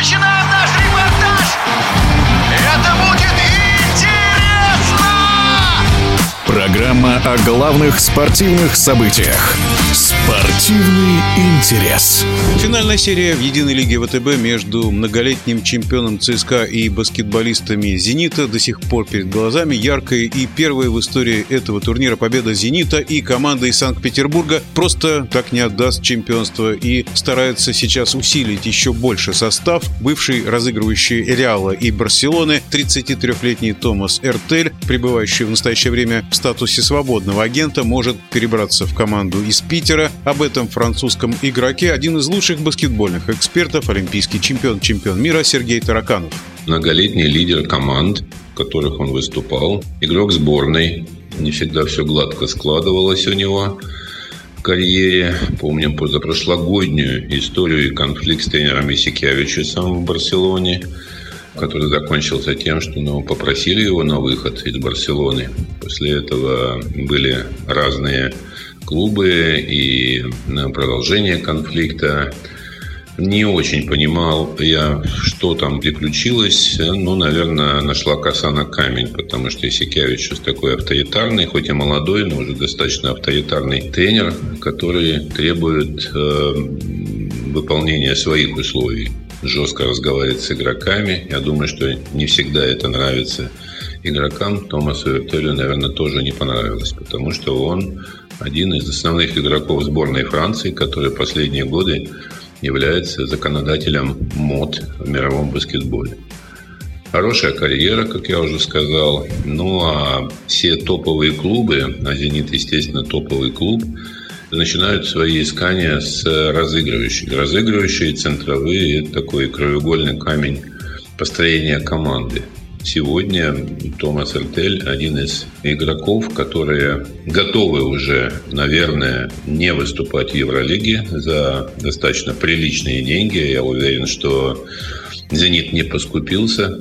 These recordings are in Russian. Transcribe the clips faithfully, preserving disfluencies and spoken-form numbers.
начинаем наш репортаж. Это будет интересно! Программа о главных спортивных событиях. Спортивный интерес. Финальная серия в единой лиге ВТБ между многолетним чемпионом ЦСКА и баскетболистами «Зенита» до сих пор перед глазами. Яркая и первая в истории этого турнира победа «Зенита», и команда из Санкт-Петербурга просто так не отдаст чемпионство и старается сейчас усилить еще больше состав. Бывший разыгрывающий «Реала» и «Барселоны» тридцатитрёхлетний Томас Эртель, пребывающий в настоящее время в статусе свободного агента, может перебраться в команду из Питера. Об этом французском игроке один из лучших баскетбольных экспертов, олимпийский чемпион, чемпион мира Сергей Тараканов. Многолетний лидер команд, в которых он выступал, игрок сборной. Не всегда все гладко складывалось у него в карьере. Помним позапрошлогоднюю историю и конфликт с тренером Ясикевичусом в Барселоне, который закончился тем, что ну, попросили его на выход из Барселоны. После этого были разные клубы и продолжение конфликта. Не очень понимал я, что там приключилось. Ну, наверное, нашла коса на камень, потому что Ясикевичус такой авторитарный, хоть и молодой, но уже достаточно авторитарный тренер, который требует э, выполнения своих условий. Жестко разговаривает с игроками. Я думаю, что не всегда это нравится игрокам. Томасу Эртелю, наверное, тоже не понравилось, потому что он один из основных игроков сборной Франции, который последние годы является законодателем мод в мировом баскетболе. Хорошая карьера, как я уже сказал. Ну, а все топовые клубы, а «Зенит», естественно, топовый клуб, начинают свои искания с разыгрывающих. Разыгрывающие центровые – это такой краеугольный камень построения команды. Сегодня Томас Эртель один из игроков, которые готовы уже, наверное, не выступать в Евролиге за достаточно приличные деньги. Я уверен, что «Зенит» не поскупился.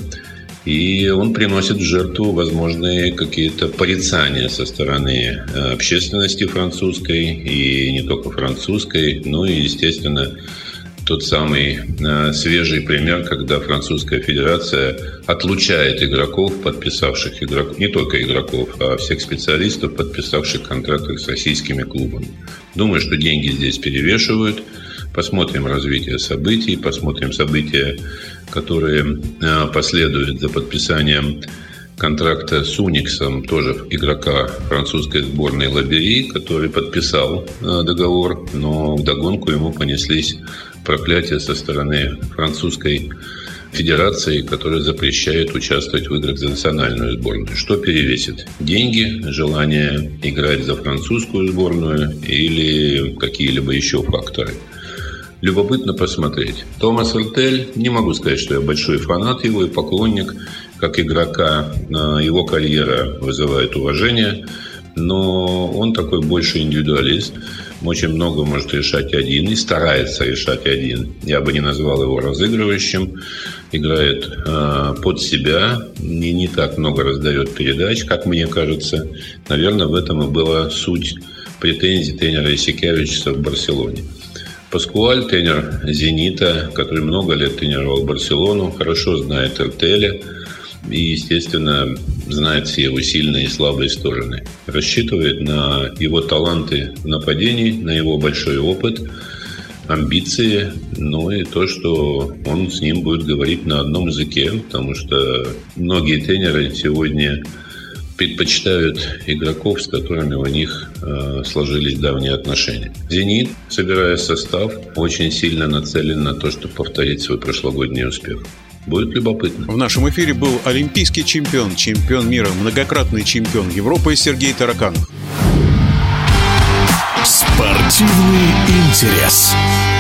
И он приносит в жертву возможные какие-то порицания со стороны общественности французской, и не только французской, ну и, естественно, тот самый э, свежий пример, когда Французская Федерация отлучает игроков, подписавших игроков, не только игроков, а всех специалистов, подписавших контракты с российскими клубами. Думаю, что деньги здесь перевешивают. Посмотрим развитие событий, посмотрим события, которые э, последуют за подписанием контракта с Униксом, тоже игрока французской сборной Лабери, который подписал э, договор, но вдогонку ему понеслись проклятие со стороны Французской Федерации, которая запрещает участвовать в играх за национальную сборную. Что перевесит? Деньги, желание играть за французскую сборную или какие-либо еще факторы? Любопытно посмотреть. Томас Эртель, не могу сказать, что я большой фанат его и поклонник. Как игрока, его карьера вызывает уважение, но он такой больше индивидуалист. Очень много может решать один и старается решать один. Я бы не назвал его разыгрывающим. Играет э, под себя, не, не так много раздает передач, как мне кажется. Наверное, в этом и была суть претензий тренера Ясикевичуса в Барселоне. Паскуаль, тренер «Зенита», который много лет тренировал Барселону, хорошо знает Эртеля и, естественно, знает все его сильные и слабые стороны. Рассчитывает на его таланты в нападении, на его большой опыт, амбиции, ну и то, что он с ним будет говорить на одном языке, потому что многие тренеры сегодня предпочитают игроков, с которыми у них э, сложились давние отношения. «Зенит», собирая состав, очень сильно нацелен на то, чтобы повторить свой прошлогодний успех. Будет любопытно. В нашем эфире был олимпийский чемпион, чемпион мира, многократный чемпион Европы Сергей Тараканов. Спортивный интерес.